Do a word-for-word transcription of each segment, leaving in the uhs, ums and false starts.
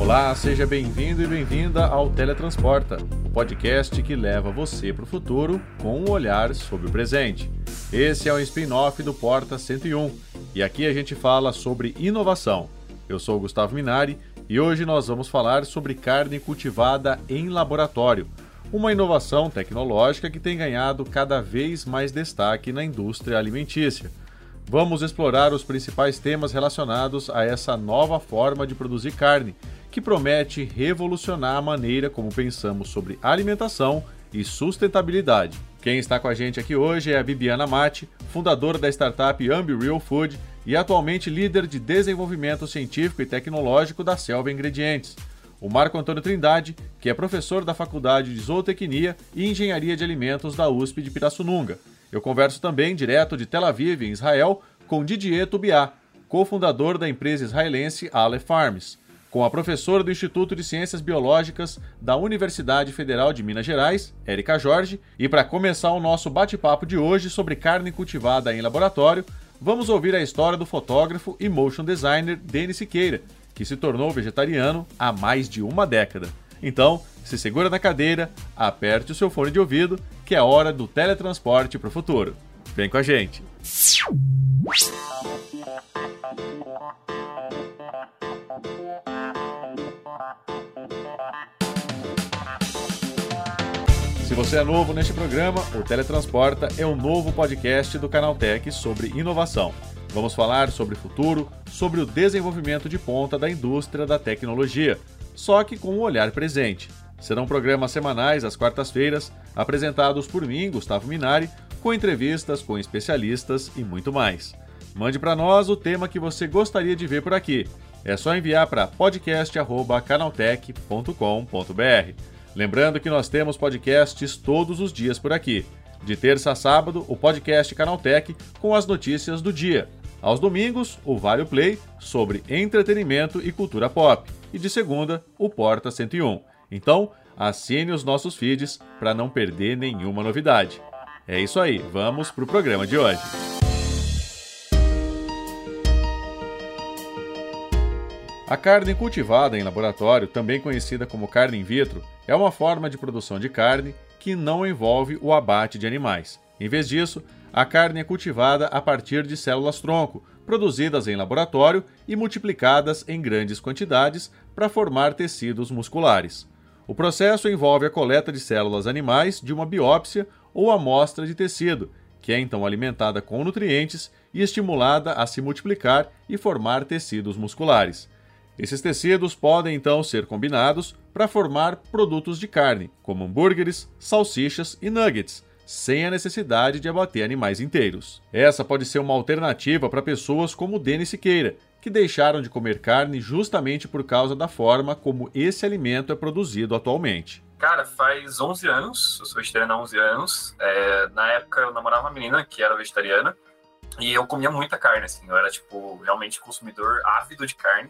Olá, seja bem-vindo e bem-vinda ao Teletransporta, o podcast que leva você para o futuro com um olhar sobre o presente. Esse é um spin-off do Porta cento e um e aqui a gente fala sobre inovação. Eu sou o Gustavo Minari e hoje nós vamos falar sobre carne cultivada em laboratório, uma inovação tecnológica que tem ganhado cada vez mais destaque na indústria alimentícia. Vamos explorar os principais temas relacionados a essa nova forma de produzir carne, que promete revolucionar a maneira como pensamos sobre alimentação e sustentabilidade. Quem está com a gente aqui hoje é a Bibiana Matti, fundadora da startup AmbiReal Food e atualmente líder de desenvolvimento científico e tecnológico da Selva Ingredientes. O Marco Antônio Trindade, que é professor da Faculdade de Zootecnia e Engenharia de Alimentos da U S P de Pirassununga. Eu converso também direto de Tel Aviv, em Israel, com Didier Toubiat, cofundador da empresa israelense Aleph Farms, com a professora do Instituto de Ciências Biológicas da Universidade Federal de Minas Gerais, Érica Jorge, e para começar o nosso bate-papo de hoje sobre carne cultivada em laboratório, vamos ouvir a história do fotógrafo e motion designer Denis Siqueira, que se tornou vegetariano há mais de uma década. Então, se segura na cadeira, aperte o seu fone de ouvido, que é hora do teletransporte para o futuro. Vem com a gente! Se você é novo neste programa, o Teletransporta é um novo podcast do Canaltech sobre inovação. Vamos falar sobre o futuro, sobre o desenvolvimento de ponta da indústria da tecnologia, só que com um olhar presente. Serão programas semanais às quartas-feiras, apresentados por mim, Gustavo Minari, com entrevistas com especialistas e muito mais. Mande para nós o tema que você gostaria de ver por aqui. É só enviar para podcast arroba canaltech ponto com ponto br. Lembrando que nós temos podcasts todos os dias por aqui. De terça a sábado, o podcast Canaltech com as notícias do dia. Aos domingos, o Vale Play sobre entretenimento e cultura pop. E de segunda, o Porta cento e um. Então, assine os nossos feeds para não perder nenhuma novidade. É isso aí, vamos para o programa de hoje. A carne cultivada em laboratório, também conhecida como carne in vitro, é uma forma de produção de carne que não envolve o abate de animais. Em vez disso, a carne é cultivada a partir de células-tronco, produzidas em laboratório e multiplicadas em grandes quantidades para formar tecidos musculares. O processo envolve a coleta de células animais de uma biópsia ou amostra de tecido, que é então alimentada com nutrientes e estimulada a se multiplicar e formar tecidos musculares. Esses tecidos podem então ser combinados para formar produtos de carne, como hambúrgueres, salsichas e nuggets, sem a necessidade de abater animais inteiros. Essa pode ser uma alternativa para pessoas como Denis Siqueira, que deixaram de comer carne justamente por causa da forma como esse alimento é produzido atualmente. Cara, faz onze anos, eu sou vegetariano há onze anos. É, na época eu namorava uma menina que era vegetariana e eu comia muita carne, assim, eu era tipo realmente consumidor ávido de carne.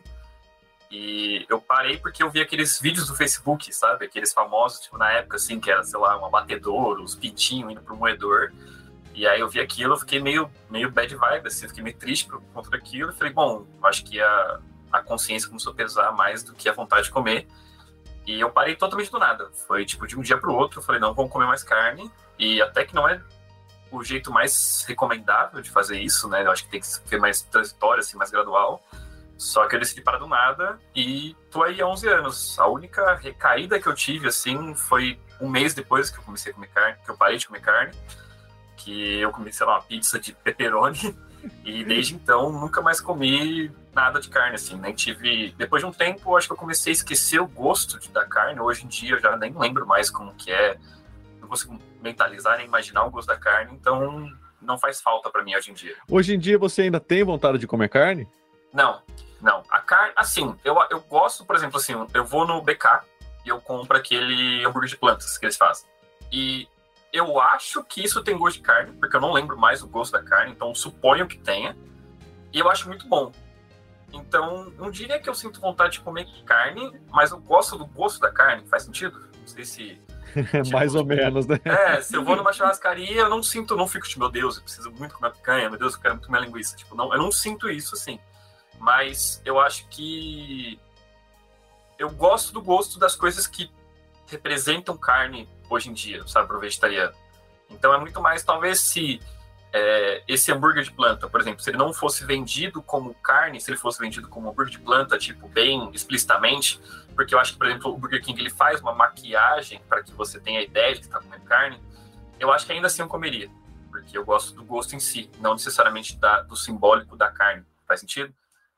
E eu parei porque eu vi aqueles vídeos do Facebook, sabe? Aqueles famosos, tipo, na época, assim, que era, sei lá, um abatedouro, os pintinhos indo pro moedor. E aí eu vi aquilo, eu fiquei meio, meio bad vibe, assim, eu fiquei meio triste por conta daquilo. E falei, bom, acho que a, a consciência começou a pesar mais do que a vontade de comer. E eu parei totalmente do nada. Foi, tipo, de um dia pro outro, eu falei, não, vamos comer mais carne. E até que não é o jeito mais recomendável de fazer isso, né? Eu acho que tem que ser mais transitório, assim, mais gradual. Só que eu decidi parar do nada e tô aí há onze anos. A única recaída que eu tive, assim, foi um mês depois que eu comecei a comer carne, que eu parei de comer carne, que eu comi, sei lá, uma pizza de pepperoni e desde então nunca mais comi nada de carne, assim, nem tive... Depois de um tempo, eu acho que eu comecei a esquecer o gosto de, da carne. Hoje em dia eu já nem lembro mais como que é, não consigo mentalizar nem imaginar o gosto da carne, então não faz falta pra mim hoje em dia. Hoje em dia você ainda tem vontade de comer carne? Não. Não, a carne, assim, eu, eu gosto, por exemplo, assim, eu vou no B K e eu compro aquele hambúrguer de plantas que eles fazem. E eu acho que isso tem gosto de carne, porque eu não lembro mais o gosto da carne, então suponho que tenha. E eu acho muito bom. Então, não diria que eu sinto vontade de comer carne, mas eu gosto do gosto da carne, faz sentido? Não sei se... Tipo, mais ou menos, né? É, se eu vou numa churrascaria, eu não sinto, não fico tipo, meu Deus, eu preciso muito comer picanha, meu Deus, eu quero muito comer linguiça. Tipo, não, eu não sinto isso, assim. Mas eu acho que eu gosto do gosto das coisas que representam carne hoje em dia, sabe, para o vegetariano. Então é muito mais, talvez, se é, esse hambúrguer de planta, por exemplo, se ele não fosse vendido como carne, se ele fosse vendido como hambúrguer de planta, tipo, bem explicitamente, porque eu acho que, por exemplo, o Burger King, ele faz uma maquiagem para que você tenha a ideia de que está comendo carne, eu acho que ainda assim eu comeria, porque eu gosto do gosto em si, não necessariamente da, do simbólico da carne. Faz sentido?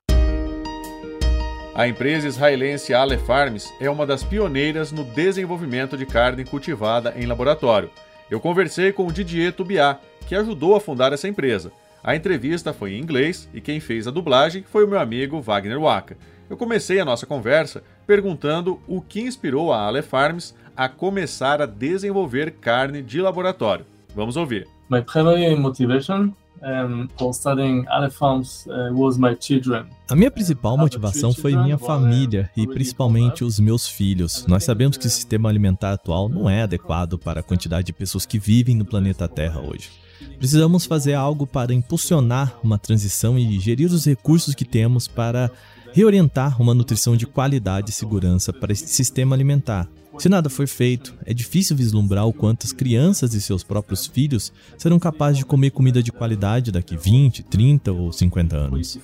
A empresa israelense Ale Farms é uma das pioneiras no desenvolvimento de carne cultivada em laboratório. Eu conversei com o Didier Toubiat, que ajudou a fundar essa empresa. A entrevista foi em inglês e quem fez a dublagem foi o meu amigo Wagner Waka. Eu comecei a nossa conversa perguntando o que inspirou a Ale Farms a começar a desenvolver carne de laboratório. Vamos ouvir. My primary motivation um, for studying Ale Farms uh, was my children. A minha principal motivação foi minha família e principalmente os meus filhos. Nós sabemos que o sistema alimentar atual não é adequado para a quantidade de pessoas que vivem no planeta Terra hoje. Precisamos fazer algo para impulsionar uma transição e gerir os recursos que temos para reorientar uma nutrição de qualidade e segurança para esse sistema alimentar. Se nada for feito, é difícil vislumbrar o quanto as crianças e seus próprios filhos serão capazes de comer comida de qualidade daqui vinte, trinta ou cinquenta anos.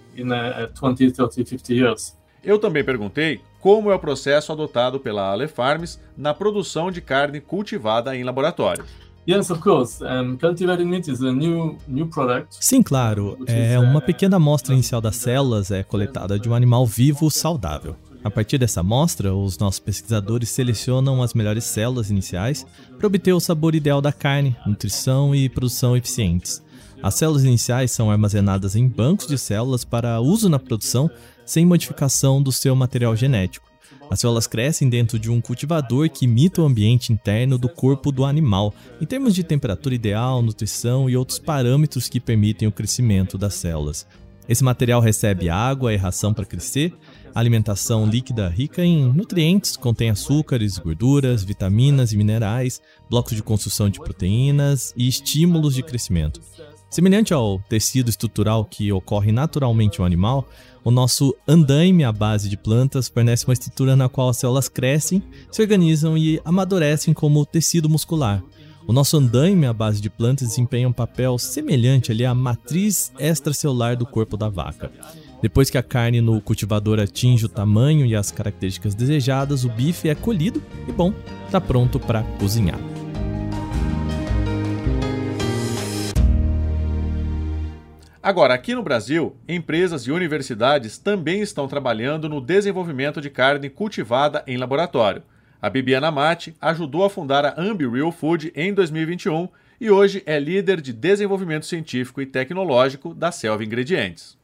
Eu também perguntei como é o processo adotado pela Ale Farms na produção de carne cultivada em laboratório. Yes, of course. Um, cultivated meat is a new new product. Sim, claro. É uma pequena amostra inicial das células é coletada de um animal vivo saudável. A partir dessa amostra, os nossos pesquisadores selecionam as melhores células iniciais para obter o sabor ideal da carne, nutrição e produção eficientes. As células iniciais são armazenadas em bancos de células para uso na produção sem modificação do seu material genético. As células crescem dentro de um cultivador que imita o ambiente interno do corpo do animal, em termos de temperatura ideal, nutrição e outros parâmetros que permitem o crescimento das células. Esse material recebe água e ração para crescer, alimentação líquida rica em nutrientes, contém açúcares, gorduras, vitaminas e minerais, blocos de construção de proteínas e estímulos de crescimento. Semelhante ao tecido estrutural que ocorre naturalmente no animal, o nosso andaime à base de plantas fornece uma estrutura na qual as células crescem, se organizam e amadurecem como tecido muscular. O nosso andaime à base de plantas desempenha um papel semelhante ali à matriz extracelular do corpo da vaca. Depois que a carne no cultivador atinge o tamanho e as características desejadas, o bife é colhido e, bom, está pronto para cozinhar. Agora, aqui no Brasil, empresas e universidades também estão trabalhando no desenvolvimento de carne cultivada em laboratório. A Bibiana Matti ajudou a fundar a Ambi Real Food em dois mil e vinte e um e hoje é líder de desenvolvimento científico e tecnológico da Selva Ingredientes.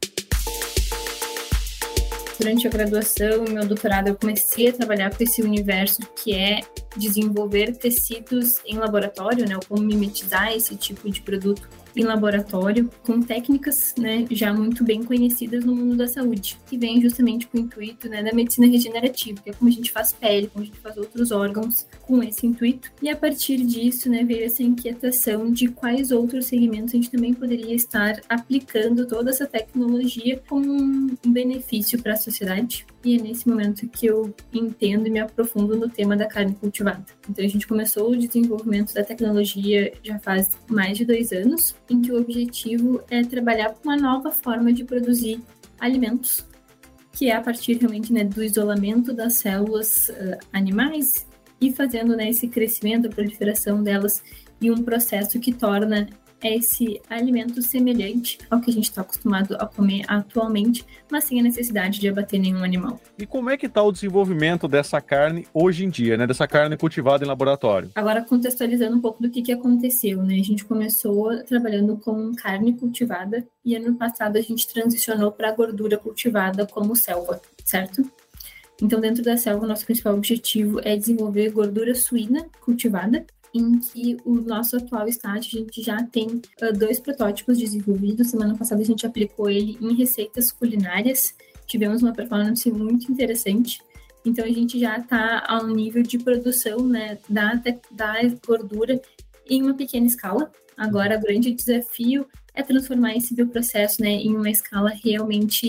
Durante a graduação e meu doutorado, eu comecei a trabalhar com esse universo que é desenvolver tecidos em laboratório, né, ou como mimetizar esse tipo de produto em laboratório, com técnicas, né, já muito bem conhecidas no mundo da saúde, que vem justamente com o intuito, né, da medicina regenerativa, que é como a gente faz pele, como a gente faz outros órgãos com esse intuito. E a partir disso, né, veio essa inquietação de quais outros segmentos a gente também poderia estar aplicando toda essa tecnologia como um benefício para a sociedade. E é nesse momento que eu entendo e me aprofundo no tema da carne cultivada. Então a gente começou o desenvolvimento da tecnologia já faz mais de dois anos, em que o objetivo é trabalhar com uma nova forma de produzir alimentos, que é a partir realmente, né, do isolamento das células uh, animais e fazendo, né, esse crescimento, a proliferação delas em um processo que torna esse alimento semelhante ao que a gente está acostumado a comer atualmente, mas sem a necessidade de abater nenhum animal. E como é que está o desenvolvimento dessa carne hoje em dia, né? Dessa carne cultivada em laboratório? Agora, contextualizando um pouco do que, que aconteceu, né? A gente começou trabalhando com carne cultivada e ano passado a gente transicionou para a gordura cultivada como selva, certo? Então, dentro da selva, o nosso principal objetivo é desenvolver gordura suína cultivada, em que o nosso atual estágio, a gente já tem uh, dois protótipos desenvolvidos. Semana passada a gente aplicou ele em receitas culinárias, tivemos uma performance muito interessante. Então a gente já está a um nível de produção, né, da, da gordura em uma pequena escala. Agora o grande desafio é transformar esse bioprocesso, né, em uma escala realmente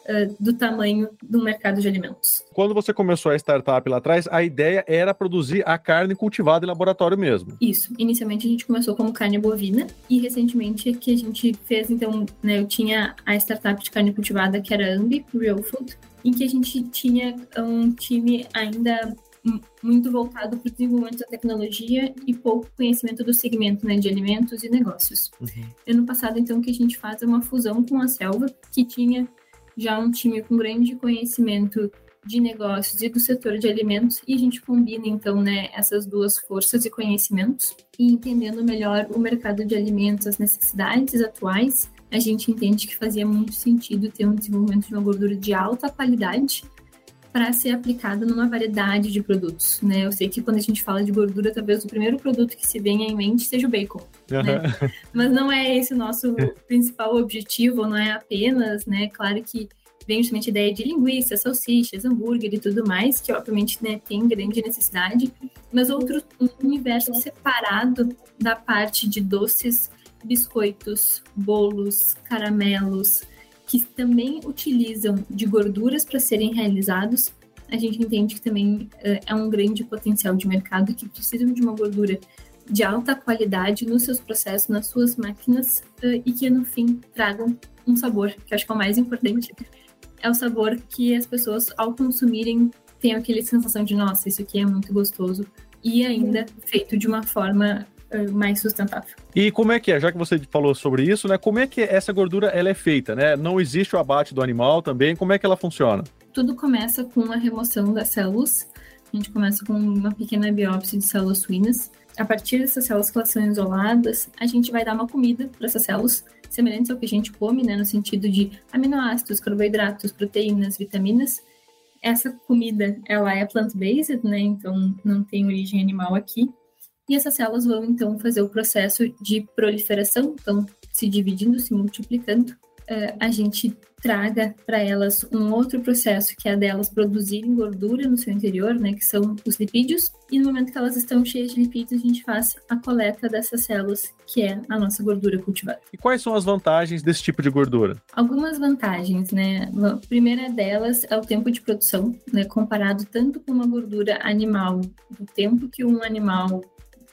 uh, do tamanho do mercado de alimentos. Quando você começou a startup lá atrás, a ideia era produzir a carne cultivada em laboratório mesmo. Isso. Inicialmente a gente começou como carne bovina e recentemente é que a gente fez, então, né, eu tinha a startup de carne cultivada que era a Ambi, Real Food, em que a gente tinha um time ainda muito voltado para o desenvolvimento da tecnologia e pouco conhecimento do segmento, né, de alimentos e negócios. Uhum. Ano passado, então, que a gente faz é uma fusão com a Selva, que tinha já um time com grande conhecimento de negócios e do setor de alimentos, e a gente combina, então, né, essas duas forças e conhecimentos, e entendendo melhor o mercado de alimentos, as necessidades atuais, a gente entende que fazia muito sentido ter um desenvolvimento de uma gordura de alta qualidade para ser aplicada numa variedade de produtos, né? Eu sei que quando a gente fala de gordura, talvez o primeiro produto que se venha em mente seja o bacon, uhum. né? Mas não é esse o nosso principal objetivo, não é apenas, né? Claro que vem justamente a ideia de linguiça, salsichas, hambúrguer e tudo mais, que obviamente, né, tem grande necessidade, mas outro um universo separado da parte de doces, biscoitos, bolos, caramelos, que também utilizam de gorduras para serem realizados, a gente entende que também uh, é um grande potencial de mercado que precisam de uma gordura de alta qualidade nos seus processos, nas suas máquinas, uh, e que no fim tragam um sabor, que eu acho que é o mais importante. É o sabor que as pessoas, ao consumirem, tenham aquela sensação de, nossa, isso aqui é muito gostoso, e ainda feito de uma forma mais sustentável. E como é que é, já que você falou sobre isso, né, como é que essa gordura ela é feita, né? Não existe o abate do animal também, como é que ela funciona? Tudo começa com a remoção das células, a gente começa com uma pequena biópsia de células suínas. A partir dessas células que elas são isoladas, a gente vai dar uma comida para essas células, semelhantes ao que a gente come, né, no sentido de aminoácidos, carboidratos, proteínas, vitaminas. Essa comida, ela é plant-based, né, então não tem origem animal aqui. E essas células vão, então, fazer o processo de proliferação, então, se dividindo, se multiplicando. Uh, a gente traga para elas um outro processo, que é a delas produzirem gordura no seu interior, né, que são os lipídios. E no momento que elas estão cheias de lipídios, a gente faz a coleta dessas células, que é a nossa gordura cultivada. E quais são as vantagens desse tipo de gordura? Algumas vantagens, né? A primeira delas é o tempo de produção, né, comparado tanto com uma gordura animal, do tempo que um animal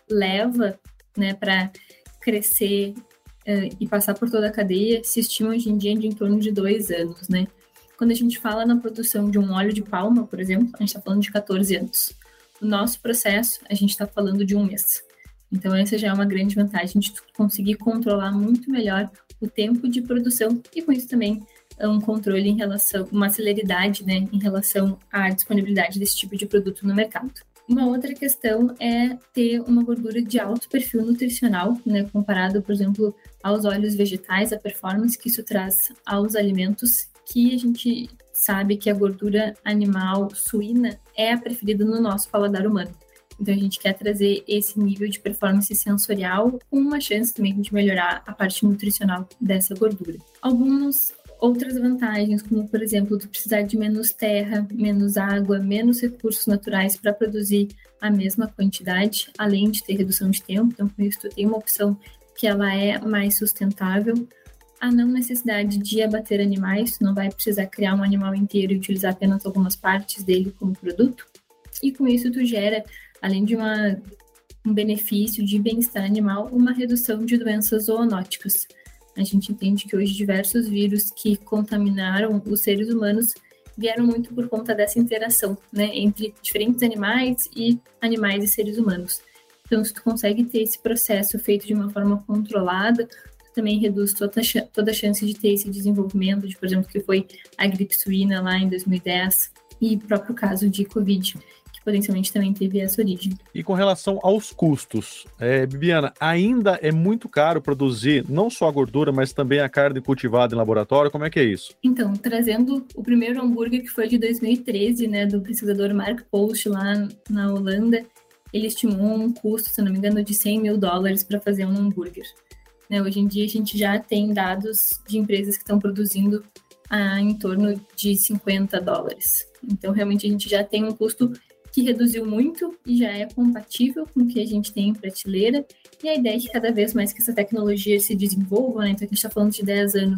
leva, né, para crescer uh, e passar por toda a cadeia, se estima hoje em dia de em torno de dois anos, né? Quando a gente fala na produção de um óleo de palma, por exemplo, a gente está falando de quatorze anos. O nosso processo, a gente está falando de um mês. Então, essa já é uma grande vantagem de conseguir controlar muito melhor o tempo de produção e, com isso, também um controle em relação, uma celeridade, né, em relação à disponibilidade desse tipo de produto no mercado. Uma outra questão é ter uma gordura de alto perfil nutricional, né, comparado, por exemplo, aos óleos vegetais, a performance que isso traz aos alimentos, que a gente sabe que a gordura animal suína é a preferida no nosso paladar humano. Então, a gente quer trazer esse nível de performance sensorial com uma chance também de melhorar a parte nutricional dessa gordura. Alguns outras vantagens, como, por exemplo, tu precisar de menos terra, menos água, menos recursos naturais para produzir a mesma quantidade, além de ter redução de tempo. Então, com isso, tu tem uma opção que ela é mais sustentável. A não necessidade de abater animais, tu não vai precisar criar um animal inteiro e utilizar apenas algumas partes dele como produto. E com isso, tu gera, além de uma, um benefício de bem-estar animal, uma redução de doenças zoonóticas. A gente entende que hoje diversos vírus que contaminaram os seres humanos vieram muito por conta dessa interação, né, entre diferentes animais e animais e seres humanos. Então, se tu consegue ter esse processo feito de uma forma controlada, tu também reduz toda, toda a chance de ter esse desenvolvimento, de, por exemplo, que foi a gripe suína lá em dois mil e dez e o próprio caso de Covid, que potencialmente também teve essa origem. E com relação aos custos, é, Bibiana, ainda é muito caro produzir não só a gordura, mas também a carne cultivada em laboratório? Como é que é isso? Então, trazendo o primeiro hambúrguer, que foi de dois mil e treze, né, do pesquisador Mark Post lá na Holanda, ele estimou um custo, se não me engano, de cem mil dólares para fazer um hambúrguer. Né, hoje em dia, a gente já tem dados de empresas que estão produzindo a, em torno de cinquenta dólares. Então, realmente, a gente já tem um custo que reduziu muito e já é compatível com o que a gente tem em prateleira. E a ideia é que cada vez mais que essa tecnologia se desenvolva, né? Então, a gente está falando de dez anos,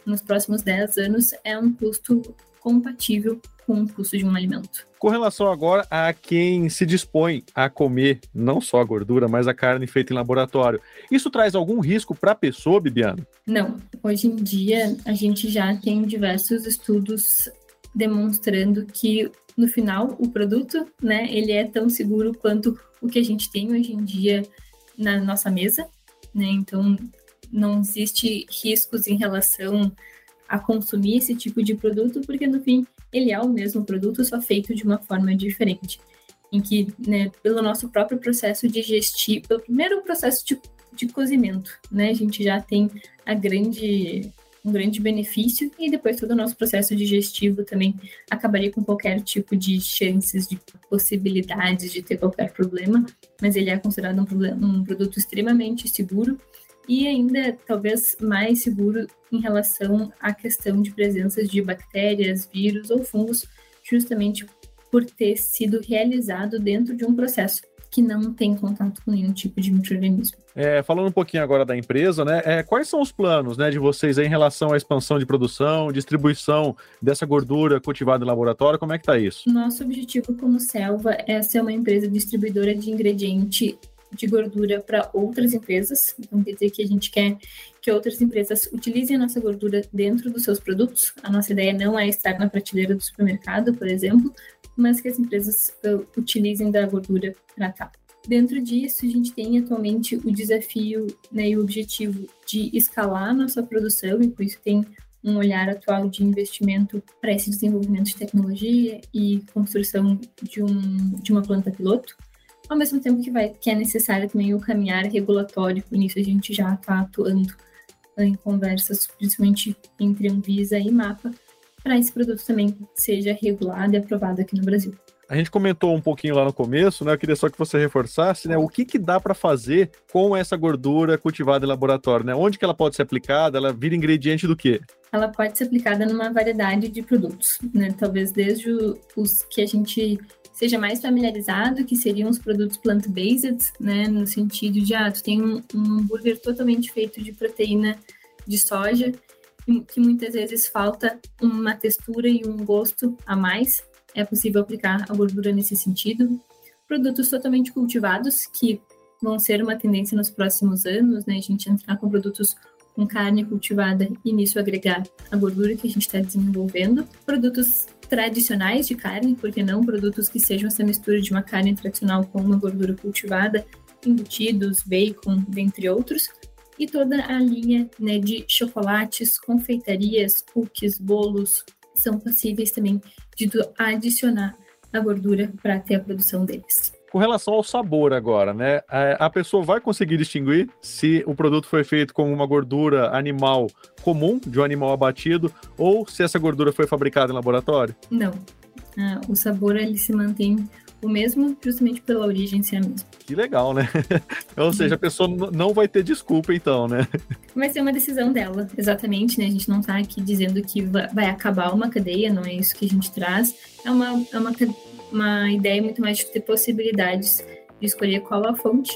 nos próximos dez anos é um custo compatível com o custo de um alimento. Com relação agora a quem se dispõe a comer não só a gordura, mas a carne feita em laboratório, isso traz algum risco para a pessoa, Bibiana? Não. Hoje em dia, a gente já tem diversos estudos demonstrando que, no final, o produto, né, ele é tão seguro quanto o que a gente tem hoje em dia na nossa mesa, né? Então, não existe riscos em relação a consumir esse tipo de produto, porque, no fim, ele é o mesmo produto, só feito de uma forma diferente, em que, né, pelo nosso próprio processo digestivo, pelo primeiro processo de, de cozimento, né, a gente já tem a grande, um grande benefício, e depois todo o nosso processo digestivo também acabaria com qualquer tipo de chances, de possibilidades de ter qualquer problema, mas ele é considerado um, problema, um produto extremamente seguro, e ainda talvez mais seguro em relação à questão de presença de bactérias, vírus ou fungos, justamente por ter sido realizado dentro de um processo que não tem contato com nenhum tipo de micro-organismo. É, falando um pouquinho agora da empresa, né, é, quais são os planos, né, de vocês aí em relação à expansão de produção, distribuição dessa gordura cultivada em laboratório? Como é que está isso? Nosso objetivo como Selva é ser uma empresa distribuidora de ingrediente de gordura para outras empresas. Então, quer dizer que a gente quer que outras empresas utilizem a nossa gordura dentro dos seus produtos. A nossa ideia não é estar na prateleira do supermercado, por exemplo, mas que as empresas uh, utilizem da gordura para cá. Dentro disso, a gente tem atualmente o desafio, né, e o objetivo de escalar a nossa produção, e por isso tem um olhar atual de investimento para esse desenvolvimento de tecnologia e construção de, um, de uma planta piloto. Ao mesmo tempo que, vai, que é necessário também o caminhar regulatório, e nisso a gente já está atuando em conversas, principalmente entre Anvisa e MAPA, para esse produto também seja regulado e aprovado aqui no Brasil. A gente comentou um pouquinho lá no começo, né? Eu queria só que você reforçasse, né? O que, que dá para fazer com essa gordura cultivada em laboratório, né? Onde que ela pode ser aplicada? Ela vira ingrediente do quê? Ela pode ser aplicada numa variedade de produtos, né? Talvez desde os que a gente seja mais familiarizado, que seriam os produtos plant-based, né, no sentido de, ah, tu tem um, um hambúrguer totalmente feito de proteína de soja, que muitas vezes falta uma textura e um gosto a mais, é possível aplicar a gordura nesse sentido. Produtos totalmente cultivados, que vão ser uma tendência nos próximos anos, né, a gente entrar com produtos com carne cultivada e nisso agregar a gordura que a gente está desenvolvendo. Produtos tradicionais de carne, porque não produtos que sejam essa mistura de uma carne tradicional com uma gordura cultivada, embutidos, bacon, dentre outros, e toda a linha, né, de chocolates, confeitarias, cookies, bolos, são passíveis também de adicionar a gordura para ter a produção deles. Com relação ao sabor agora, né? A pessoa vai conseguir distinguir se o produto foi feito com uma gordura animal comum, de um animal abatido, ou se essa gordura foi fabricada em laboratório? Não. Ah, o sabor, ele se mantém o mesmo, justamente pela origem em si mesmo. Que legal, né? Ou seja, a pessoa não vai ter desculpa, então, né? Vai ser uma decisão dela, exatamente, né? A gente não está aqui dizendo que vai acabar uma cadeia, não é isso que a gente traz. É uma, é uma, uma ideia muito mais de ter possibilidades de escolher qual a fonte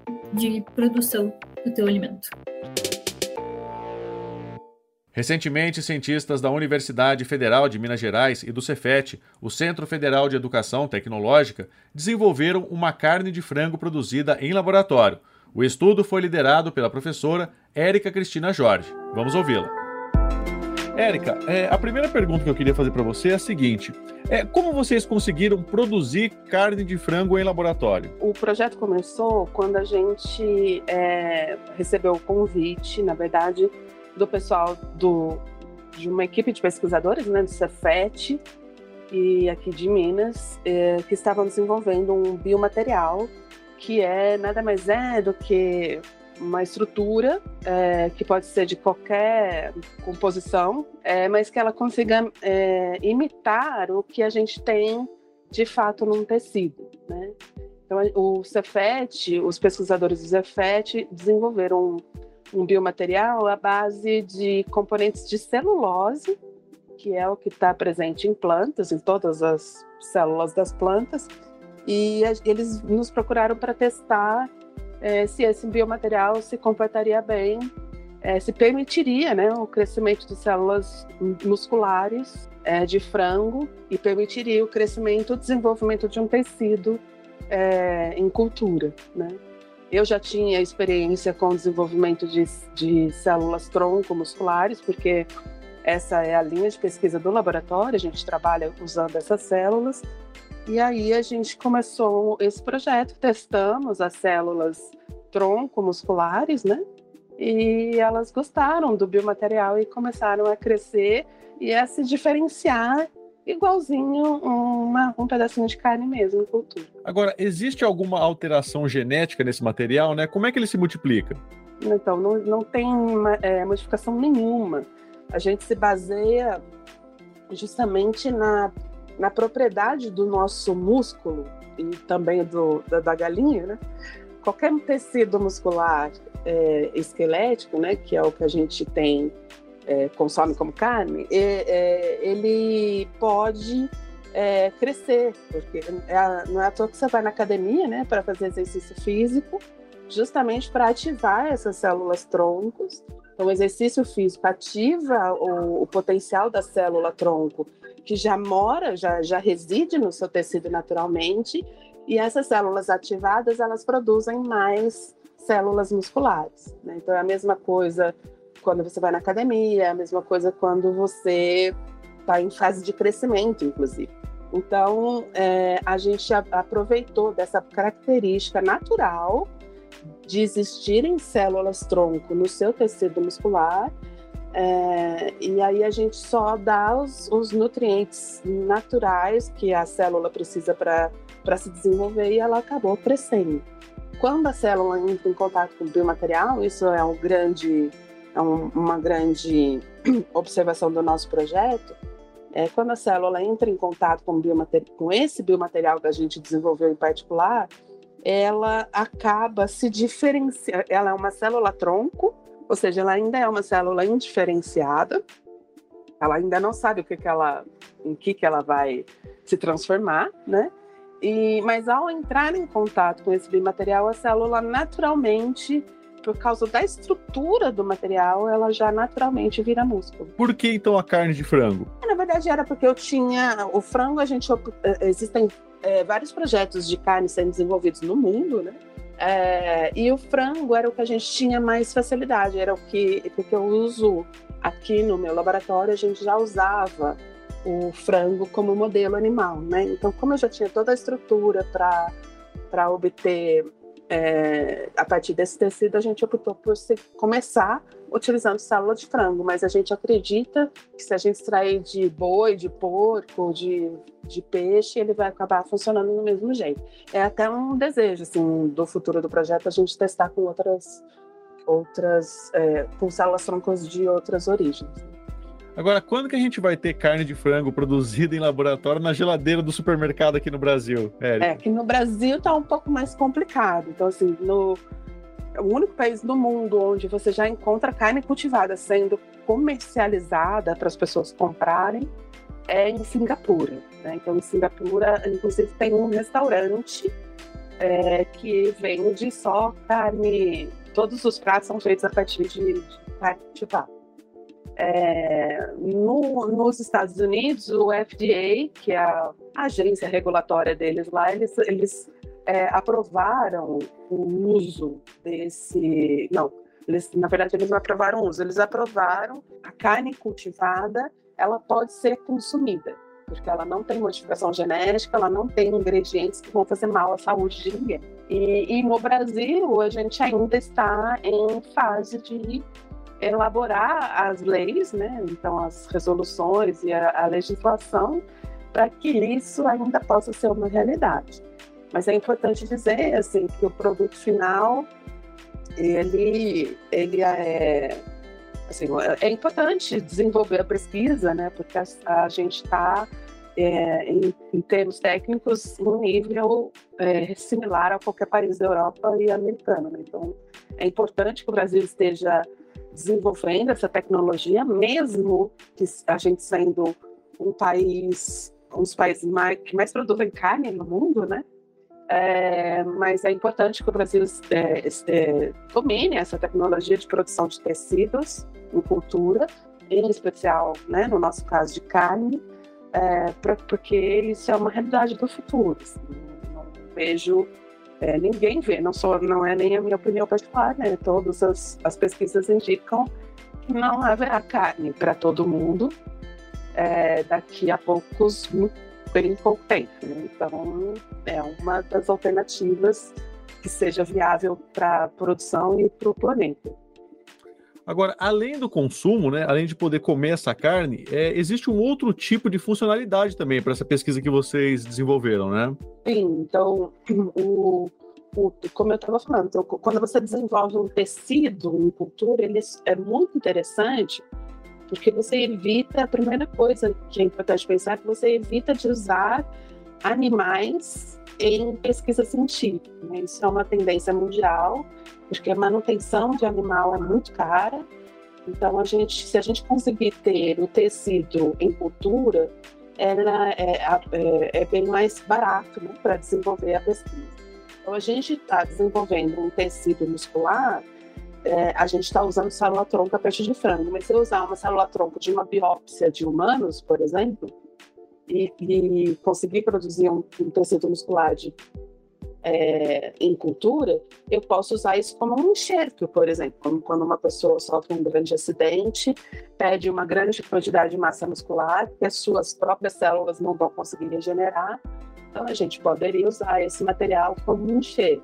de produção do teu alimento. Recentemente, cientistas da Universidade Federal de Minas Gerais e do Cefet, o Centro Federal de Educação Tecnológica, desenvolveram uma carne de frango produzida em laboratório. O estudo foi liderado pela professora Érica Cristina Jorge. Vamos ouvi-la. Érica, é, a primeira pergunta que eu queria fazer para você é a seguinte: é, como vocês conseguiram produzir carne de frango em laboratório? O projeto começou quando a gente é, recebeu o convite, na verdade, do pessoal do, de uma equipe de pesquisadores, né, do Cefet e aqui de Minas, é, que estavam desenvolvendo um biomaterial que é nada mais é do que uma estrutura é, que pode ser de qualquer composição, é, mas que ela consiga é, imitar o que a gente tem de fato num tecido, né? Então, o Cefet, os pesquisadores do Cefet desenvolveram um, um biomaterial à base de componentes de celulose, que é o que está presente em plantas, em todas as células das plantas, e eles nos procuraram para testar É, se esse biomaterial se comportaria bem é, se permitiria, né, o crescimento de células musculares é, de frango e permitiria o crescimento, o desenvolvimento de um tecido é, em cultura, né? Eu já tinha experiência com o desenvolvimento de, de células tronco musculares, porque essa é a linha de pesquisa do laboratório, a gente trabalha usando essas células. E aí a gente começou esse projeto, testamos as células tronco musculares, né? E elas gostaram do biomaterial e começaram a crescer e a se diferenciar igualzinho uma, um pedacinho de carne mesmo em cultura. Agora, existe alguma alteração genética nesse material, né? Como é que ele se multiplica? Então, não, não tem é, modificação nenhuma. A gente se baseia justamente na, na propriedade do nosso músculo e também do, da, da galinha, né? Qualquer tecido muscular é, esquelético, né, que é o que a gente tem, é, consome como carne, é, é, ele pode é, crescer, porque é, não é à toa que você vai na academia, né, para fazer exercício físico, justamente para ativar essas células troncos. Então, o exercício físico ativa o, o potencial da célula tronco, que já mora, já, já reside no seu tecido naturalmente, e essas células ativadas, elas produzem mais células musculares, né? Então, é a mesma coisa quando você vai na academia, é a mesma coisa quando você está em fase de crescimento, inclusive. Então, é, a gente a, aproveitou dessa característica natural de existirem células tronco no seu tecido muscular, é, e aí a gente só dá os, os nutrientes naturais que a célula precisa para para se desenvolver, e ela acabou crescendo. Quando a célula entra em contato com o biomaterial, isso é, um grande, é um, uma grande observação do nosso projeto, é, quando a célula entra em contato com, com esse biomaterial que a gente desenvolveu em particular, ela acaba se diferenciando. Ela é uma célula tronco, ou seja, ela ainda é uma célula indiferenciada, ela ainda não sabe o que que ela, em que, que ela vai se transformar, né? E, mas ao entrar em contato com esse biomaterial, a célula naturalmente, por causa da estrutura do material, ela já naturalmente vira músculo. Por que então a carne de frango? Na verdade era porque eu tinha, o frango, a gente, existem é, vários projetos de carne sendo desenvolvidos no mundo, né? É, e o frango era o que a gente tinha mais facilidade, era o que, porque eu uso aqui no meu laboratório, a gente já usava o frango como modelo animal, né? Então, como eu já tinha toda a estrutura para para obter é, a partir desse tecido, a gente optou por se, começar utilizando célula de frango, mas a gente acredita que se a gente extrair de boi, de porco, de, de peixe, ele vai acabar funcionando do mesmo jeito. É até um desejo, assim, do futuro do projeto, a gente testar com outras, outras é, com células troncos de outras origens. Agora, quando que a gente vai ter carne de frango produzida em laboratório na geladeira do supermercado aqui no Brasil? Érica? É, que no Brasil está um pouco mais complicado. Então, assim, no, o único país do mundo onde você já encontra carne cultivada sendo comercializada para as pessoas comprarem é em Singapura, né? Então, em Singapura, inclusive, tem um restaurante é, que vende só carne. Todos os pratos são feitos a partir de, de carne cultivada. É, no, nos Estados Unidos, o F D A, que é a agência regulatória deles lá, eles, eles é, aprovaram o uso desse... Não, eles, na verdade, eles não aprovaram o uso, eles aprovaram a carne cultivada, ela pode ser consumida, porque ela não tem modificação genética, ela não tem ingredientes que vão fazer mal à saúde de ninguém. E, e no Brasil, a gente ainda está em fase de elaborar as leis, né? Então as resoluções e a, a legislação para que isso ainda possa ser uma realidade. Mas é importante dizer assim que o produto final ele ele é assim, é importante desenvolver a pesquisa, né? Porque a, a gente está é, em, em termos técnicos em um nível é, similar a qualquer país da Europa e americano, né? Então é importante que o Brasil esteja desenvolvendo essa tecnologia, mesmo que a gente sendo um país, um dos países mais, que mais produzem carne no mundo, né? É, mas é importante que o Brasil é, é, domine essa tecnologia de produção de tecidos em cultura, em especial, né, no nosso caso de carne, é, pra, porque isso é uma realidade do futuro. Assim, não vejo, é, ninguém vê, não, sou, não é nem a minha opinião particular, né, todas as, as pesquisas indicam que não haverá carne para todo mundo é, daqui a poucos bem pouco tempo. Né? Então, é uma das alternativas que seja viável para a produção e para o planeta. Agora, além do consumo, né, além de poder comer essa carne, é, existe um outro tipo de funcionalidade também para essa pesquisa que vocês desenvolveram, né? Sim, então, o, o, como eu estava falando, então, quando você desenvolve um tecido em cultura, ele é muito interessante, porque você evita, a primeira coisa que é importante pensar é que você evita de usar animais em pesquisa científica. Né? Isso é uma tendência mundial, porque a manutenção de animal é muito cara. Então, a gente, se a gente conseguir ter o tecido em cultura, ela é, é, é bem mais barato, né, para desenvolver a pesquisa. Então, a gente está desenvolvendo um tecido muscular. É, a gente está usando célula-tronco a partir de frango, mas se eu usar uma célula-tronco de uma biópsia de humanos, por exemplo, e, e conseguir produzir um, um tecido muscular de, é, em cultura, eu posso usar isso como um enxerto, por exemplo, como quando uma pessoa sofre um grande acidente, perde uma grande quantidade de massa muscular, que as suas próprias células não vão conseguir regenerar, então a gente poderia usar esse material como um enxerto.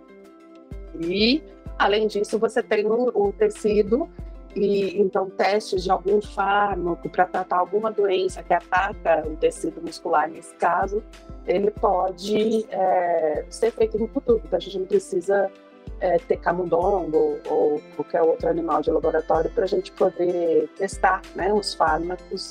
E além disso, você tem o, o tecido e, então, testes de algum fármaco para tratar alguma doença que ataca o tecido muscular, nesse caso, ele pode é, ser feito no futuro. Então, a gente não precisa é, ter camundongo ou qualquer outro animal de laboratório para a gente poder testar, né, os fármacos.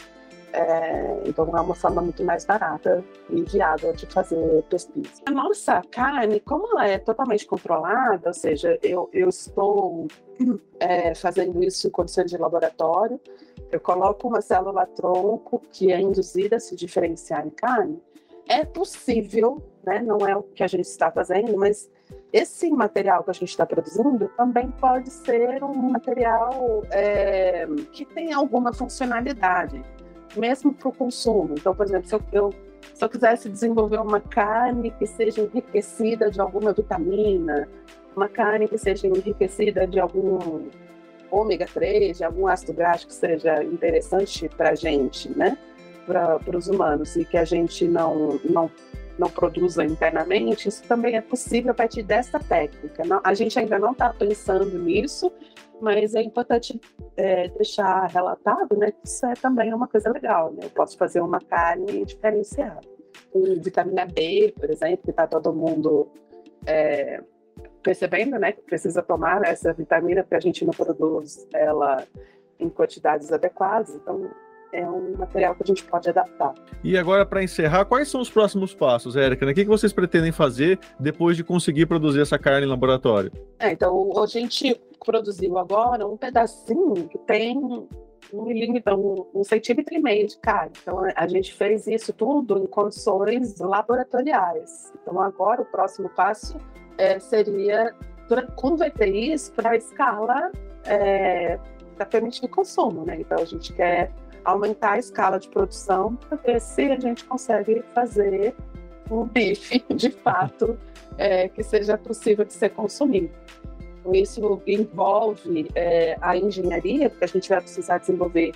É, então, é uma forma muito mais barata e viável de fazer pesquisa. A nossa carne, como ela é totalmente controlada, ou seja, eu, eu estou é, fazendo isso em condições de laboratório, eu coloco uma célula-tronco que é induzida a se diferenciar em carne, é possível, né, não é o que a gente está fazendo, mas esse material que a gente está produzindo também pode ser um material é, que tem alguma funcionalidade, mesmo para o consumo. Então, por exemplo, se eu, eu, se eu quisesse desenvolver uma carne que seja enriquecida de alguma vitamina, uma carne que seja enriquecida de algum ômega três, de algum ácido graxo que seja interessante para a gente, né? Para os humanos, e que a gente não, não, não produza internamente, isso também é possível a partir dessa técnica. Não, a gente ainda não está pensando nisso, mas é importante é, deixar relatado, né, que isso é também uma coisa legal, né? Eu posso fazer uma carne diferenciada. Com vitamina B, por exemplo, que está todo mundo é, percebendo, né, que precisa tomar essa vitamina porque a gente não produz ela em quantidades adequadas. Então, é um material que a gente pode adaptar. E agora, para encerrar, quais são os próximos passos, Érica? O que vocês pretendem fazer depois de conseguir produzir essa carne em laboratório? É, então, a gente produziu agora um pedacinho que tem um milímetro, um, um centímetro e meio de carne. Então, a gente fez isso tudo em condições laboratoriais. Então, agora o próximo passo é, seria converter isso para a escala é, para permitir o consumo, né? Então, a gente quer aumentar a escala de produção para ver se a gente consegue fazer um bife, de fato, é, que seja possível de ser consumido. Isso envolve é, a engenharia, porque a gente vai precisar desenvolver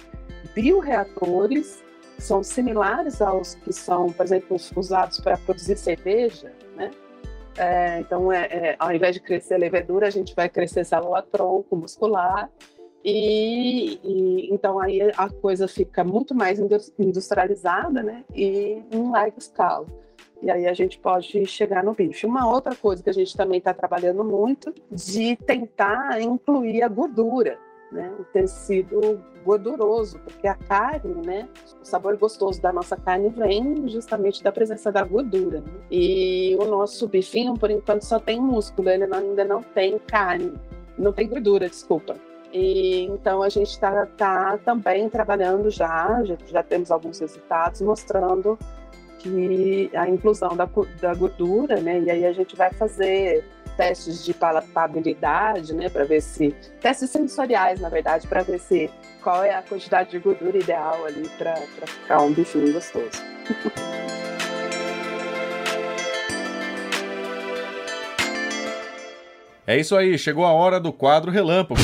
bioreatores que são similares aos que são, por exemplo, usados para produzir cerveja, né? É, então, é, é, ao invés de crescer levedura, a gente vai crescer célula-tronco muscular. E, e então aí a coisa fica muito mais industrializada, né, e em larga escala. E aí a gente pode chegar no bife. Uma outra coisa que a gente também está trabalhando muito de tentar incluir a gordura, né, o tecido gorduroso, porque a carne, né, o sabor gostoso da nossa carne vem justamente da presença da gordura. Né? E o nosso bifinho, por enquanto, só tem músculo, ele ainda não tem carne, não tem gordura, desculpa. E, então a gente está tá também trabalhando já, já, já temos alguns resultados mostrando que a inclusão da, da gordura, né? E aí a gente vai fazer testes de palatabilidade, né? Para ver se testes sensoriais, na verdade, para ver se qual é a quantidade de gordura ideal ali para ficar um bifinho gostoso. É isso aí, chegou a hora do quadro Relâmpago,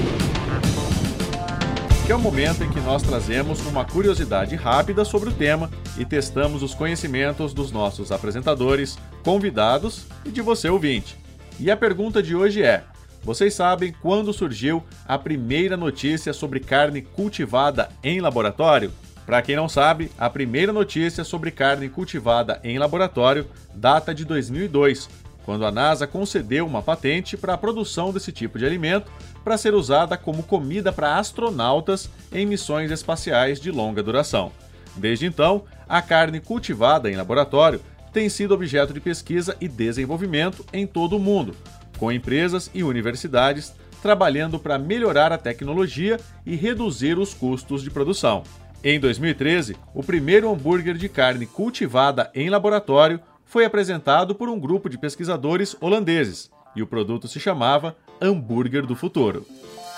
que é o momento em que nós trazemos uma curiosidade rápida sobre o tema e testamos os conhecimentos dos nossos apresentadores, convidados e de você ouvinte. E a pergunta de hoje é: vocês sabem quando surgiu a primeira notícia sobre carne cultivada em laboratório? Para quem não sabe, a primeira notícia sobre carne cultivada em laboratório data de dois mil e dois, quando a NASA concedeu uma patente para a produção desse tipo de alimento para ser usada como comida para astronautas em missões espaciais de longa duração. Desde então, a carne cultivada em laboratório tem sido objeto de pesquisa e desenvolvimento em todo o mundo, com empresas e universidades trabalhando para melhorar a tecnologia e reduzir os custos de produção. Em dois mil e treze, o primeiro hambúrguer de carne cultivada em laboratório foi apresentado por um grupo de pesquisadores holandeses, e o produto se chamava Hambúrguer do Futuro.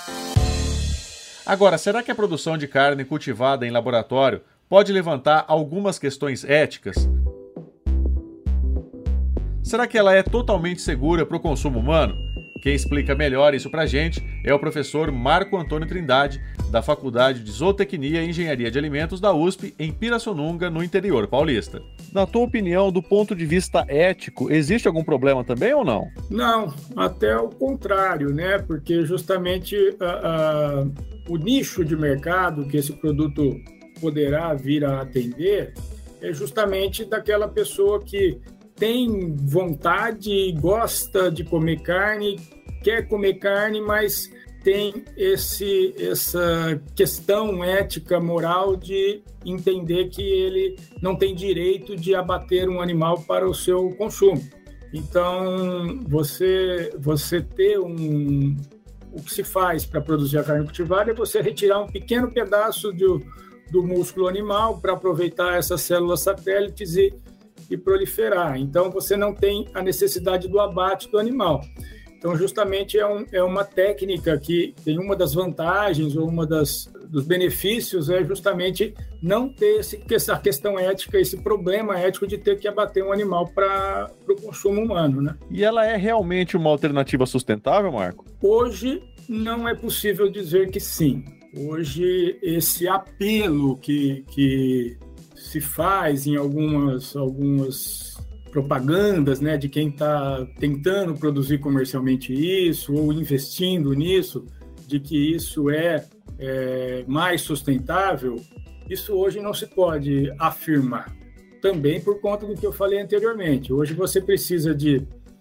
Agora, será que a produção de carne cultivada em laboratório pode levantar algumas questões éticas? Será que ela é totalmente segura para o consumo humano? Quem explica melhor isso para a gente é o professor Marco Antônio Trindade, da Faculdade de Zootecnia e Engenharia de Alimentos da U S P, em Pirassununga, no interior paulista. Na tua opinião, do ponto de vista ético, existe algum problema também ou não? Não, até o contrário, né? Porque justamente uh, uh, o nicho de mercado que esse produto poderá vir a atender é justamente daquela pessoa que tem vontade, gosta de comer carne, quer comer carne, mas tem esse, essa questão ética, moral de entender que ele não tem direito de abater um animal para o seu consumo. Então, você, você ter um... O que se faz para produzir a carne cultivada é você retirar um pequeno pedaço do, do músculo animal para aproveitar essas células satélites e e proliferar. Então, você não tem a necessidade do abate do animal. Então, justamente, é, um, é uma técnica que tem uma das vantagens ou uma das dos benefícios é justamente não ter esse, essa questão ética, esse problema ético de ter que abater um animal para o consumo humano, né? E ela é realmente uma alternativa sustentável, Marco? Hoje, não é possível dizer que sim. Hoje, esse apelo que... que se faz em algumas, algumas propagandas, né, de quem está tentando produzir comercialmente isso ou investindo nisso, de que isso é, é mais sustentável, isso hoje não se pode afirmar. Também por conta do que eu falei anteriormente. Hoje você precisa de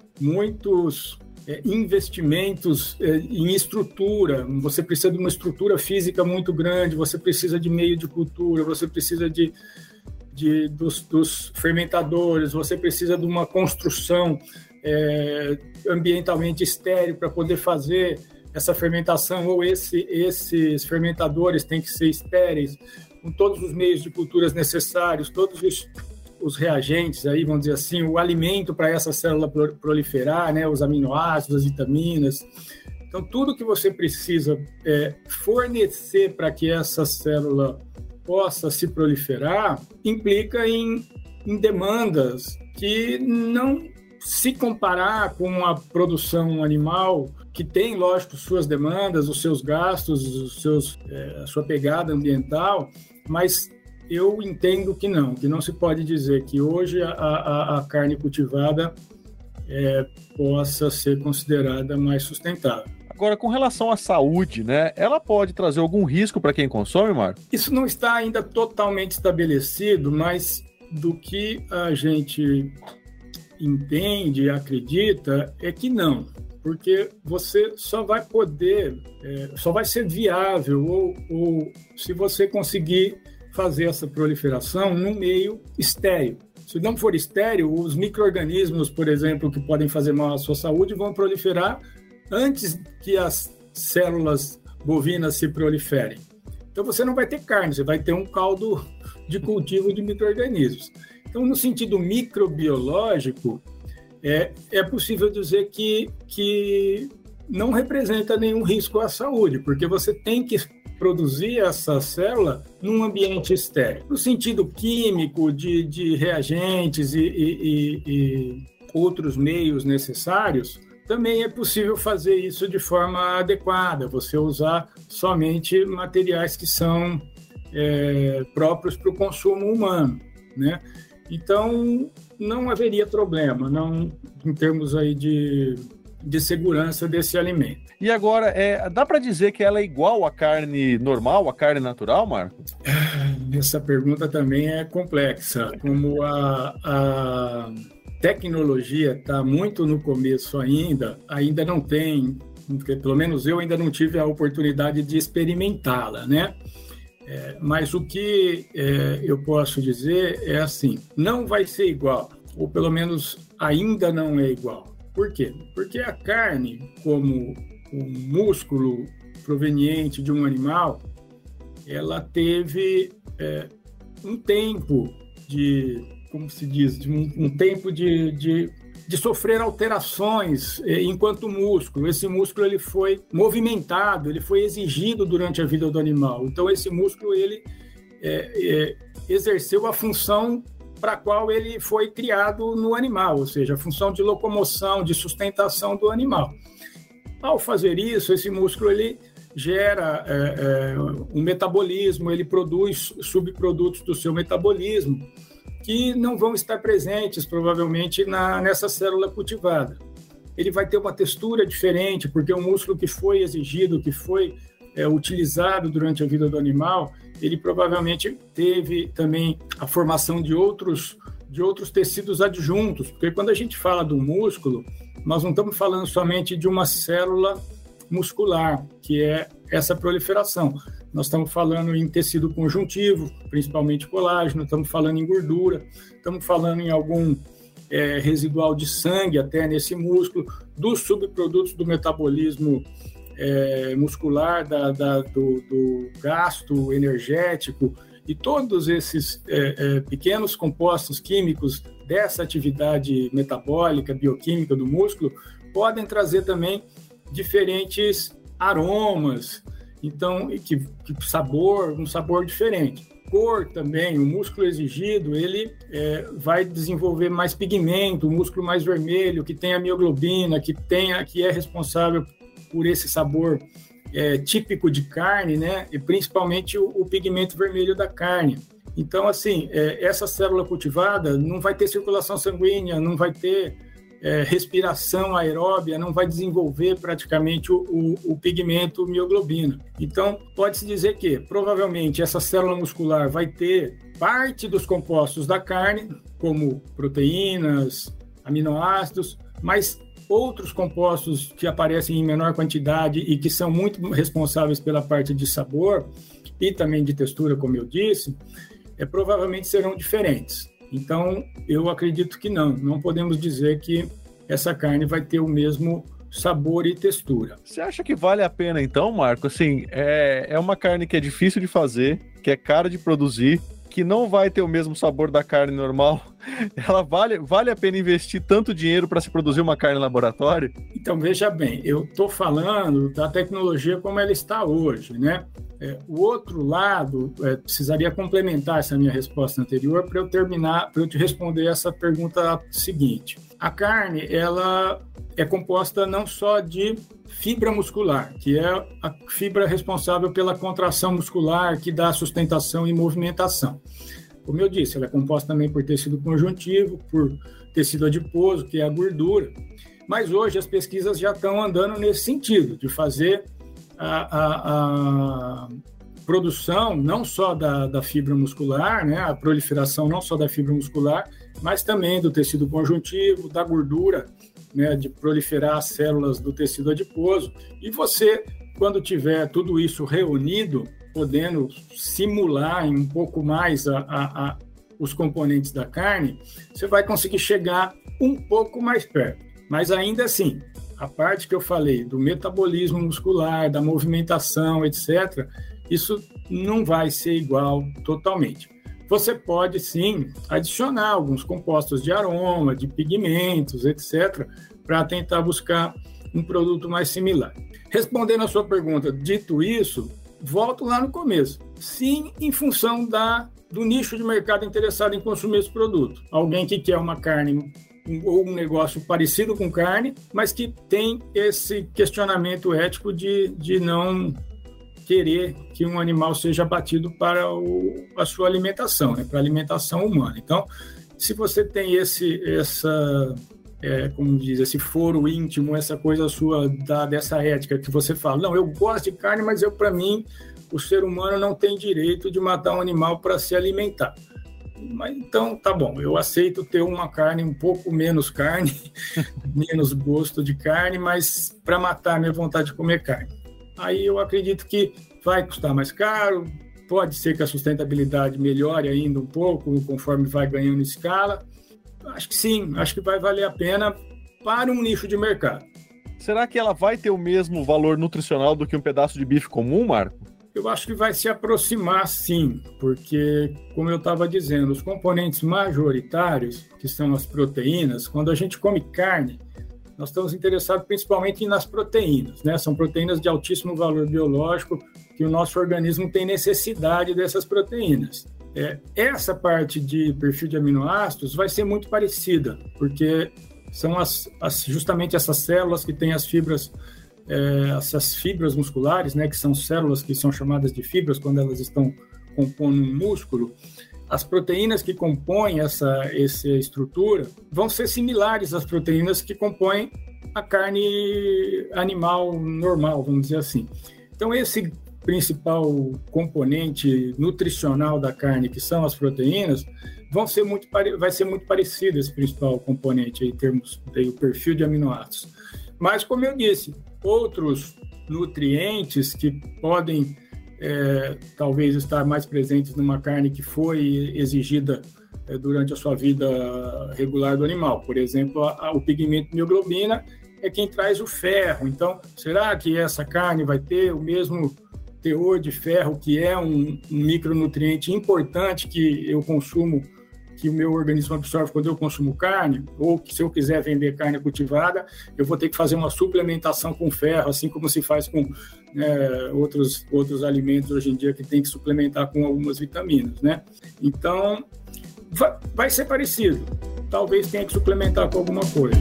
muitos é, investimentos é, em estrutura, você precisa de uma estrutura física muito grande, você precisa de meio de cultura, você precisa de De, dos, dos fermentadores, você precisa de uma construção é, ambientalmente estéril para poder fazer essa fermentação, ou esse, esses fermentadores têm que ser estéreis, com todos os meios de culturas necessários, todos os, os reagentes, aí, vamos dizer assim, o alimento para essa célula proliferar, né, os aminoácidos, as vitaminas. Então, tudo que você precisa é, fornecer para que essa célula possa se proliferar, implica em, em demandas que não se comparar com a produção animal, que tem, lógico, suas demandas, os seus gastos, os seus, é, a sua pegada ambiental, mas eu entendo que não, que não se pode dizer que hoje a, a, a carne cultivada é, possa ser considerada mais sustentável. Agora, com relação à saúde, né, ela pode trazer algum risco para quem consome, Marco? Isso não está ainda totalmente estabelecido, mas do que a gente entende e acredita é que não, porque você só vai poder, é, só vai ser viável ou, ou se você conseguir fazer essa proliferação num meio estéril. Se não for estéril, os micro-organismos, por exemplo, que podem fazer mal à sua saúde, vão proliferar antes que as células bovinas se proliferem. Então você não vai ter carne, você vai ter um caldo de cultivo de micro-organismos. Então Então, no sentido microbiológico, é, é possível dizer que, que não representa nenhum risco à saúde, porque você tem que produzir essa célula num ambiente estéril. No sentido químico, de, de reagentes e, e, e, e outros meios necessários, também é possível fazer isso de forma adequada, você usar somente materiais que são é, próprios para o consumo humano, né? Então, não haveria problema, não, em termos aí de, de segurança desse alimento. E agora, é, dá para dizer que ela é igual à carne normal, à carne natural, Marco? Essa pergunta também é complexa. Como a, a tecnologia está muito no começo ainda, ainda não tem, pelo menos eu ainda não tive a oportunidade de experimentá-la, né? É, mas o que é, eu posso dizer é assim, não vai ser igual, ou pelo menos ainda não é igual. Por quê? Porque a carne, como um músculo proveniente de um animal, ela teve é, um tempo de, como se diz, de um, um tempo de, de, de sofrer alterações é, enquanto músculo. Esse músculo ele foi movimentado, ele foi exigido durante a vida do animal. Então, esse músculo ele é, é, exerceu a função para a qual ele foi criado no animal, ou seja, a função de locomoção, de sustentação do animal. Ao fazer isso, esse músculo ele gera é, é, um metabolismo, ele produz subprodutos do seu metabolismo que não vão estar presentes, provavelmente, na, nessa célula cultivada. Ele vai ter uma textura diferente, porque o músculo que foi exigido, que foi é, utilizado durante a vida do animal, ele provavelmente teve também a formação de outros, de outros tecidos adjuntos, porque quando a gente fala do músculo, nós não estamos falando somente de uma célula muscular, que é essa proliferação. Nós estamos falando em tecido conjuntivo, principalmente colágeno, estamos falando em gordura, estamos falando em algum é, residual de sangue até nesse músculo, dos subprodutos do metabolismo é, muscular, da, da, do, do gasto energético, e todos esses é, é, pequenos compostos químicos dessa atividade metabólica, bioquímica do músculo, podem trazer também diferentes aromas, então, que, que sabor, um sabor diferente. Cor também, o músculo exigido, ele é, vai desenvolver mais pigmento, o músculo mais vermelho, que tem a mioglobina, que, tem a, que é responsável por esse sabor é, típico de carne, né? E principalmente o, o pigmento vermelho da carne. Então, assim, é, essa célula cultivada não vai ter circulação sanguínea, não vai ter é, respiração aeróbia, não vai desenvolver praticamente o, o, o pigmento mioglobina. Então, pode-se dizer que, provavelmente, essa célula muscular vai ter parte dos compostos da carne, como proteínas, aminoácidos, mas outros compostos que aparecem em menor quantidade e que são muito responsáveis pela parte de sabor e também de textura, como eu disse, é, provavelmente serão diferentes. Então, eu acredito que não. Não podemos dizer que essa carne vai ter o mesmo sabor e textura. Você acha que vale a pena, então, Marco? Assim, é, é uma carne que é difícil de fazer, que é cara de produzir, que não vai ter o mesmo sabor da carne normal. Ela vale, vale a pena investir tanto dinheiro para se produzir uma carne em laboratório? Então, veja bem, eu estou falando da tecnologia como ela está hoje, né? É, o outro lado, é, precisaria complementar essa minha resposta anterior para eu terminar, para eu te responder essa pergunta seguinte. A carne, ela é composta não só de fibra muscular, que é a fibra responsável pela contração muscular, que dá sustentação e movimentação. Como eu disse, ela é composta também por tecido conjuntivo, por tecido adiposo, que é a gordura. Mas hoje as pesquisas já estão andando nesse sentido, de fazer a, a, a produção não só da, da fibra muscular, né, a proliferação não só da fibra muscular, mas também do tecido conjuntivo, da gordura, né, de proliferar as células do tecido adiposo. E você, quando tiver tudo isso reunido, podendo simular um pouco mais a, a, a, os componentes da carne, você vai conseguir chegar um pouco mais perto. Mas ainda assim, a parte que eu falei do metabolismo muscular, da movimentação, etcétera, isso não vai ser igual totalmente. você pode sim adicionar alguns compostos de aroma, de pigmentos, etcétera, para tentar buscar um produto mais similar. Respondendo a sua pergunta, dito isso, volto lá no começo. Sim, em função da, do nicho de mercado interessado em consumir esse produto. Alguém que quer uma carne ou um negócio parecido com carne, mas que tem esse questionamento ético de, de não querer que um animal seja abatido para o, a sua alimentação, né, para a alimentação humana. Então, se você tem esse, essa, é, como diz, esse foro íntimo, essa coisa sua da, dessa ética, que você fala, não, eu gosto de carne, mas eu, para mim, o ser humano não tem direito de matar um animal para se alimentar. Mas, então, tá bom, eu aceito ter uma carne um pouco menos carne, menos gosto de carne, mas para matar a minha vontade de comer carne. Aí eu acredito que vai custar mais caro, pode ser que a sustentabilidade melhore ainda um pouco, conforme vai ganhando escala. Acho que sim, acho que vai valer a pena para um nicho de mercado. Será que ela vai ter o mesmo valor nutricional do que um pedaço de bife comum, Marco? Eu acho que vai se aproximar, sim, porque, como eu estava dizendo, os componentes majoritários, que são as proteínas, quando a gente come carne, nós estamos interessados principalmente nas proteínas, né? São proteínas de altíssimo valor biológico, que o nosso organismo tem necessidade dessas proteínas. É, essa parte de perfil de aminoácidos vai ser muito parecida, porque são as, as, justamente essas células que têm as fibras, é, essas fibras musculares, né, que são células que são chamadas de fibras quando elas estão compondo um músculo. As proteínas que compõem essa, essa estrutura vão ser similares às proteínas que compõem a carne animal normal, vamos dizer assim. Então, esse principal componente nutricional da carne, que são as proteínas, vão ser muito, vai ser muito parecido esse principal componente em termos do perfil de aminoácidos. Mas, como eu disse, outros nutrientes que podem é, talvez estar mais presentes numa carne que foi exigida é, durante a sua vida regular do animal. Por exemplo, a, a, o pigmento mioglobina é quem traz o ferro. Então, será que essa carne vai ter o mesmo teor de ferro, que é um, um micronutriente importante que eu consumo, que o meu organismo absorve quando eu consumo carne, ou que se eu quiser vender carne cultivada, eu vou ter que fazer uma suplementação com ferro, assim como se faz com é, outros, outros alimentos hoje em dia que tem que suplementar com algumas vitaminas, né? Então, vai, vai ser parecido. Talvez tenha que suplementar com alguma coisa.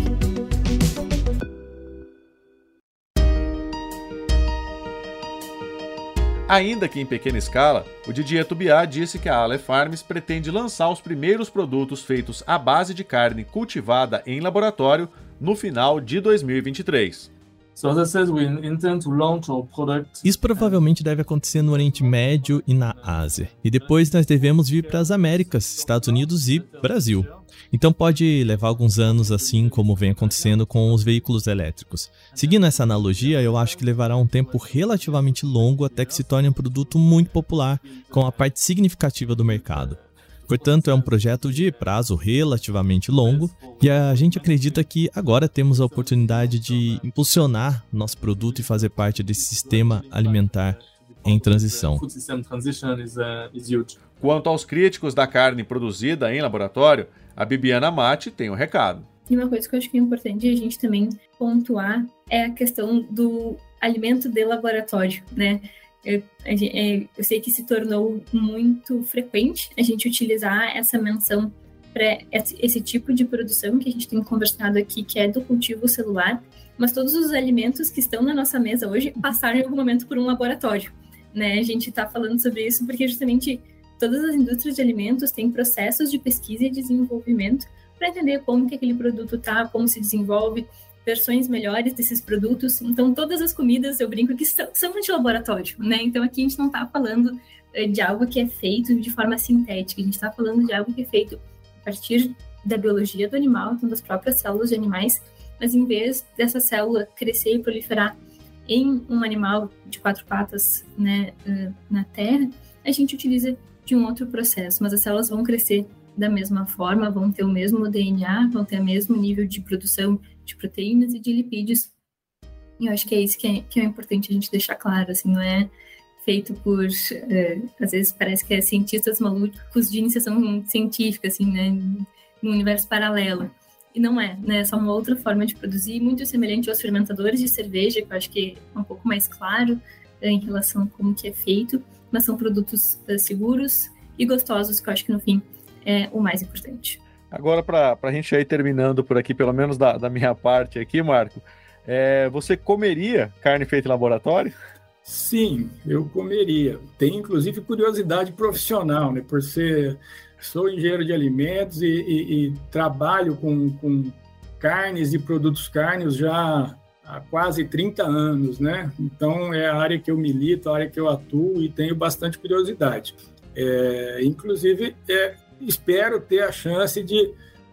Ainda que em pequena escala, o Didier Toubiat disse que a Aleph Farms pretende lançar os primeiros produtos feitos à base de carne cultivada em laboratório no final de dois mil e vinte e três. Isso provavelmente deve acontecer no Oriente Médio e na Ásia. E depois nós devemos vir para as Américas, Estados Unidos e Brasil. Então pode levar alguns anos, assim como vem acontecendo com os veículos elétricos. Seguindo essa analogia, eu acho que levará um tempo relativamente longo até que se torne um produto muito popular, com a parte significativa do mercado. Portanto, é um projeto de prazo relativamente longo e a gente acredita que agora temos a oportunidade de impulsionar nosso produto e fazer parte desse sistema alimentar em transição. Quanto aos críticos da carne produzida em laboratório, a Bibiana Matti tem um recado. E uma coisa que eu acho que é importante a gente também pontuar é a questão do alimento de laboratório, né? Eu, eu sei que se tornou muito frequente a gente utilizar essa menção para esse tipo de produção que a gente tem conversado aqui, que é do cultivo celular, mas todos os alimentos que estão na nossa mesa hoje passaram em algum momento por um laboratório, né? A gente está falando sobre isso porque justamente todas as indústrias de alimentos têm processos de pesquisa e desenvolvimento para entender como que aquele produto está, como se desenvolve, versões melhores desses produtos. Então, todas as comidas, eu brinco, que são, são de laboratório, né? Então, aqui a gente não está falando de algo que é feito de forma sintética, a gente está falando de algo que é feito a partir da biologia do animal, então das próprias células de animais, mas em vez dessa célula crescer e proliferar em um animal de quatro patas, né, na terra, a gente utiliza de um outro processo, mas as células vão crescer da mesma forma, vão ter o mesmo D N A, vão ter o mesmo nível de produção de proteínas e de lipídios. E eu acho que é isso que é, que é importante a gente deixar claro, assim, não é feito por, uh, às vezes parece que é cientistas malucos de iniciação científica, assim, né, no universo paralelo. E não é, né, é só uma outra forma de produzir, muito semelhante aos fermentadores de cerveja, que eu acho que é um pouco mais claro uh, em relação a como que é feito, mas são produtos uh, seguros e gostosos, que eu acho que no fim é o mais importante. Agora, para a gente ir terminando por aqui, pelo menos da, da minha parte aqui, Marco, é, você comeria carne feita em laboratório? Sim, eu comeria. Tem, inclusive, curiosidade profissional, né? Por ser... Sou engenheiro de alimentos e, e, e trabalho com, com carnes e produtos cárneos já há quase trinta anos, né? Então, é a área que eu milito, a área que eu atuo e tenho bastante curiosidade. É, inclusive, é, espero ter a chance de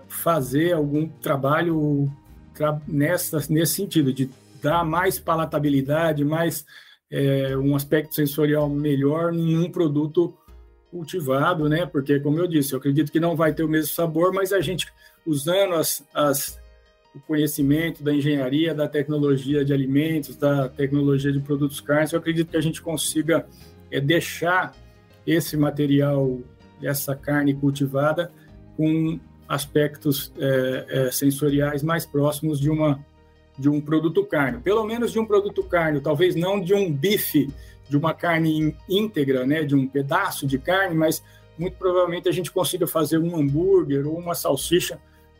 fazer algum trabalho tra- nessa, nesse sentido, de dar mais palatabilidade, mais é, um aspecto sensorial melhor em um produto cultivado, né? Porque, como eu disse, eu acredito que não vai ter o mesmo sabor, mas a gente, usando as, as, o conhecimento da engenharia, da tecnologia de alimentos, da tecnologia de produtos carnes, eu acredito que a gente consiga é, deixar esse material, essa carne cultivada, com aspectos é, é, sensoriais mais próximos de, uma, de um produto carne. Pelo menos de um produto carne, talvez não de um bife, de uma carne íntegra, né, de um pedaço de carne, mas muito provavelmente a gente consiga fazer um hambúrguer ou uma salsicha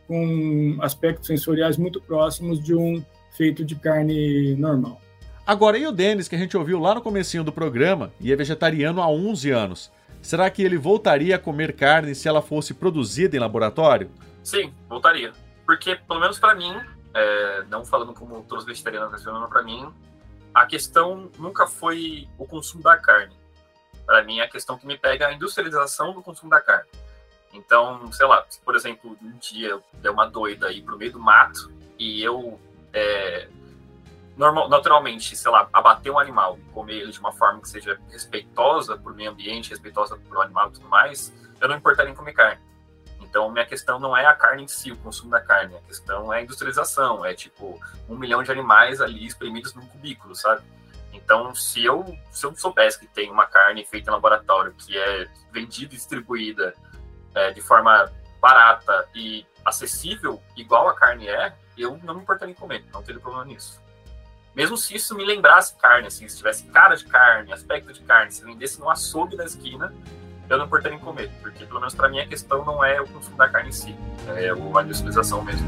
com aspectos sensoriais muito próximos de um feito de carne normal. Agora, e o Denis, que a gente ouviu lá no comecinho do programa, e é vegetariano há onze anos? Será que ele voltaria a comer carne se ela fosse produzida em laboratório? Sim, voltaria. Porque, pelo menos para mim, é, não falando como todos os vegetarianos, mas para mim, a questão nunca foi o consumo da carne. Para mim, a questão que me pega é a industrialização do consumo da carne. Então, sei lá, se, por exemplo, um dia eu der uma doida aí pro meio do mato e eu... É, Normal, naturalmente, sei lá, abater um animal e comer ele de uma forma que seja respeitosa para o meio ambiente, respeitosa para o animal e tudo mais, eu não importaria em comer carne. Então, minha questão não é a carne em si, o consumo da carne. A questão é a industrialização, é tipo um milhão de animais ali espremidos num cubículo, sabe? Então, se eu, se eu soubesse que tem uma carne feita em laboratório que é vendida e distribuída é, de forma barata e acessível, igual a carne é, eu não me importaria em comer, não teria problema nisso. Mesmo se isso me lembrasse carne, assim, se tivesse cara de carne, aspecto de carne, se vendesse no açougue da esquina, eu não importaria em comer, porque pelo menos para mim a questão não é o consumo da carne em si, é a industrialização mesmo.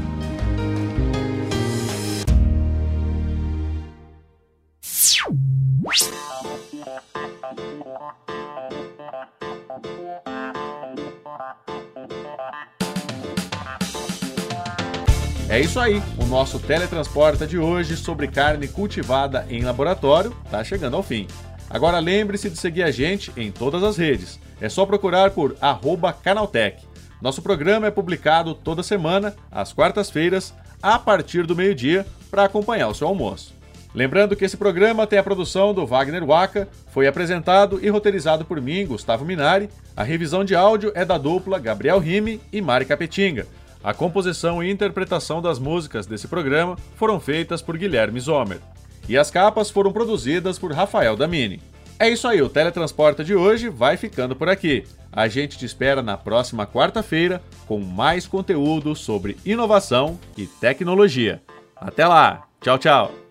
É isso aí, o nosso Teletransporta de hoje sobre carne cultivada em laboratório está chegando ao fim. Agora lembre-se de seguir a gente em todas as redes. É só procurar por arroba Canaltech. Nosso programa é publicado toda semana, às quartas-feiras, a partir do meio-dia, para acompanhar o seu almoço. Lembrando que esse programa tem a produção do Wagner Waka, foi apresentado e roteirizado por mim, Gustavo Minari. A revisão de áudio é da dupla Gabriel Rime e Mari Capetinga. A composição e interpretação das músicas desse programa foram feitas por Guilherme Zomer. E as capas foram produzidas por Rafael Damini. É isso aí, o Teletransporta de hoje vai ficando por aqui. A gente te espera na próxima quarta-feira com mais conteúdo sobre inovação e tecnologia. Até lá! Tchau, tchau!